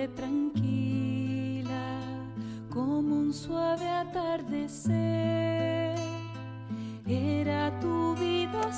fue tranquila como un suave atardecer. Era tu vida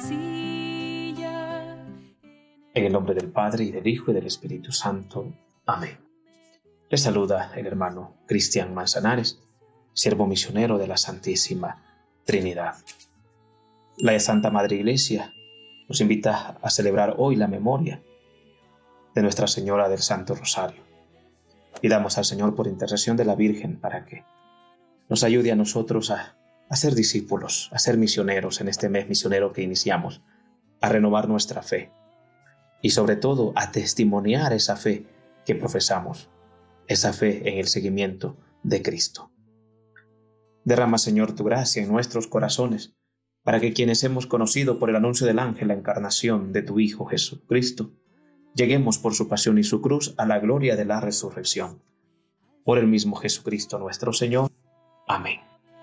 sencilla. En el nombre del Padre, y del Hijo, y del Espíritu Santo. Amén. Les saluda el hermano Cristian Manzanares, siervo misionero de la Santísima Trinidad. La Santa Madre Iglesia nos invita a celebrar hoy la memoria de Nuestra Señora del Santo Rosario. Pidamos al Señor por intercesión de la Virgen para que nos ayude a nosotros a ser discípulos, a ser misioneros en este mes misionero que iniciamos, a renovar nuestra fe y sobre todo a testimoniar esa fe que profesamos, esa fe en el seguimiento de Cristo. Derrama, Señor, tu gracia en nuestros corazones para que quienes hemos conocido por el anuncio del ángel la encarnación de tu Hijo Jesucristo, lleguemos por su pasión y su cruz a la gloria de la resurrección. Por el mismo Jesucristo nuestro Señor. Amén.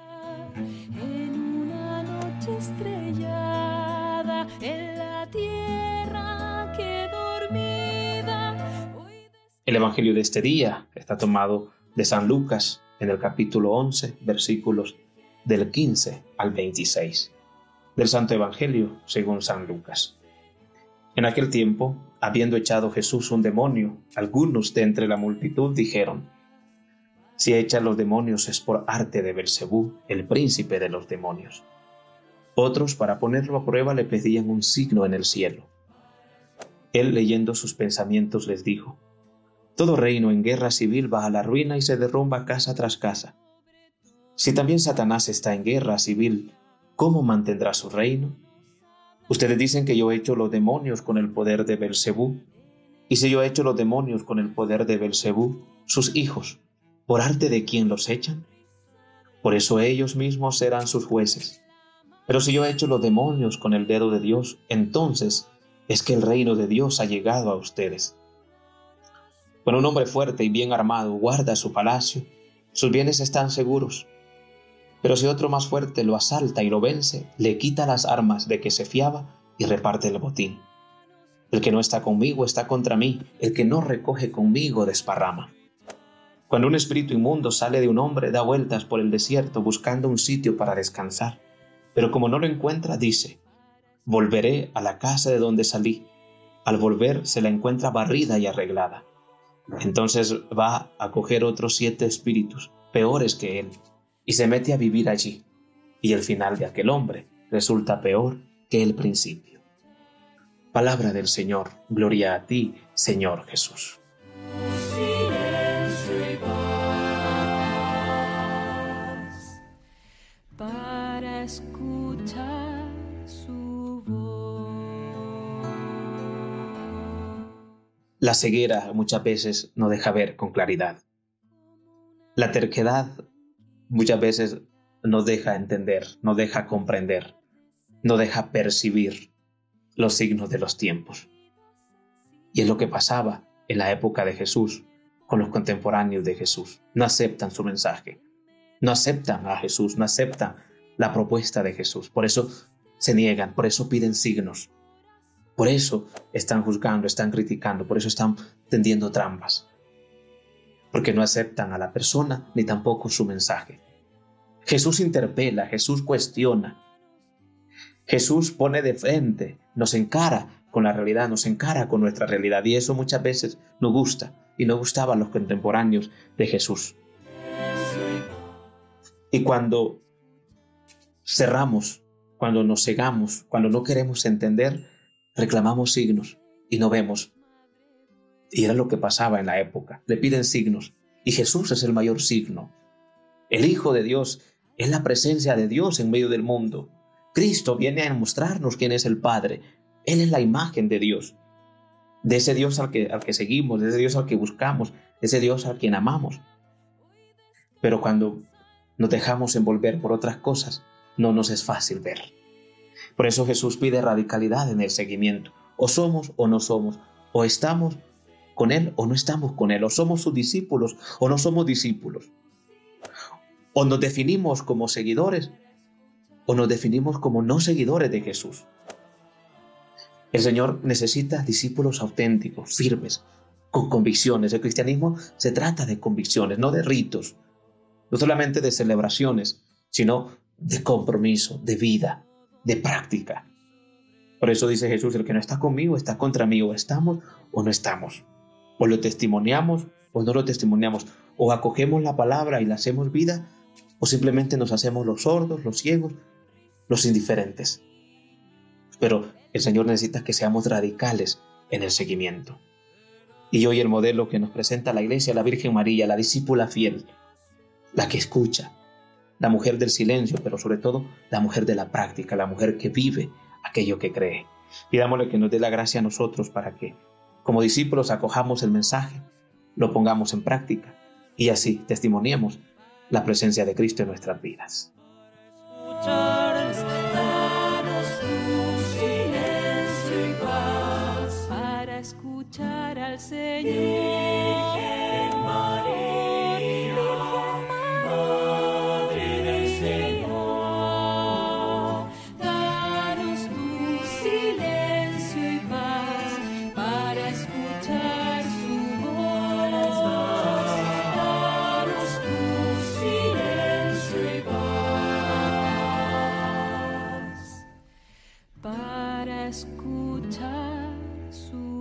En una noche estrellada, en la tierra que dormida. El Evangelio de este día está tomado de San Lucas en el capítulo 11, versículos del 15 al 26. Del Santo Evangelio según San Lucas. En aquel tiempo, habiendo echado Jesús un demonio, algunos de entre la multitud dijeron: si echa los demonios es por arte de Belcebú, el príncipe de los demonios. Otros, para ponerlo a prueba, le pedían un signo en el cielo. Él, leyendo sus pensamientos, les dijo: todo reino en guerra civil va a la ruina y se derrumba casa tras casa. Si también Satanás está en guerra civil, ¿cómo mantendrá su reino? Ustedes dicen que yo he hecho los demonios con el poder de Belcebú. Y si yo he hecho los demonios con el poder de Belcebú, sus hijos, ¿por arte de quién los echan? Por eso ellos mismos serán sus jueces. Pero si yo he hecho los demonios con el dedo de Dios, entonces es que el reino de Dios ha llegado a ustedes. Cuando un hombre fuerte y bien armado guarda su palacio, sus bienes están seguros. Pero si otro más fuerte lo asalta y lo vence, le quita las armas de que se fiaba y reparte el botín. El que no está conmigo está contra mí, el que no recoge conmigo desparrama. Cuando un espíritu inmundo sale de un hombre, da vueltas por el desierto buscando un sitio para descansar. Pero como no lo encuentra, dice: volveré a la casa de donde salí. Al volver se la encuentra barrida y arreglada. Entonces va a coger otros 7 espíritus, peores que él, y se mete a vivir allí. Y el final de aquel hombre resulta peor que el principio. Palabra del Señor. Gloria a ti, Señor Jesús. Silencio y paz para escuchar su voz. La ceguera muchas veces no deja ver con claridad. La terquedad muchas veces no deja entender, no deja comprender, no deja percibir los signos de los tiempos. Y es lo que pasaba en la época de Jesús con los contemporáneos de Jesús. No aceptan su mensaje, no aceptan a Jesús, no aceptan la propuesta de Jesús. Por eso se niegan, por eso piden signos. Por eso están juzgando, están criticando, por eso están tendiendo trampas. Porque no aceptan a la persona ni tampoco su mensaje. Jesús interpela, Jesús cuestiona. Jesús pone de frente, nos encara con la realidad, nos encara con nuestra realidad. Y eso muchas veces nos gusta y no gustaba a los contemporáneos de Jesús. Y cuando cerramos, cuando nos cegamos, cuando no queremos entender, reclamamos signos y no vemos. Y era lo que pasaba en la época. Le piden signos. Y Jesús es el mayor signo. El Hijo de Dios es la presencia de Dios en medio del mundo. Cristo viene a mostrarnos quién es el Padre. Él es la imagen de Dios. De ese Dios al que seguimos, de ese Dios al que buscamos, de ese Dios al quien amamos. Pero cuando nos dejamos envolver por otras cosas, no nos es fácil ver. Por eso Jesús pide radicalidad en el seguimiento. O somos o no somos. O estamos con Él o no estamos con Él. O somos sus discípulos o no somos discípulos. O nos definimos como seguidores o nos definimos como no seguidores de Jesús. El Señor necesita discípulos auténticos, firmes, con convicciones. El cristianismo se trata de convicciones, no de ritos, no solamente de celebraciones, sino de compromiso, de vida, de práctica. Por eso dice Jesús, el que no está conmigo está contra mí, o estamos o no estamos. O lo testimoniamos o no lo testimoniamos. O acogemos la palabra y la hacemos vida, o simplemente nos hacemos los sordos, los ciegos, los indiferentes. Pero el Señor necesita que seamos radicales en el seguimiento. Y hoy el modelo que nos presenta la Iglesia, la Virgen María, la discípula fiel, la que escucha, la mujer del silencio, pero sobre todo la mujer de la práctica, la mujer que vive aquello que cree. Pidámosle que nos dé la gracia a nosotros para que, como discípulos, acojamos el mensaje, lo pongamos en práctica y así testimoniemos la presencia de Cristo en nuestras vidas. Danos tu silencio y paz para escuchar al Señor. Virgen María, Madre del Señor, danos tu silencio y paz para escuchar su voz. Danos tu silencio y paz para escuchar su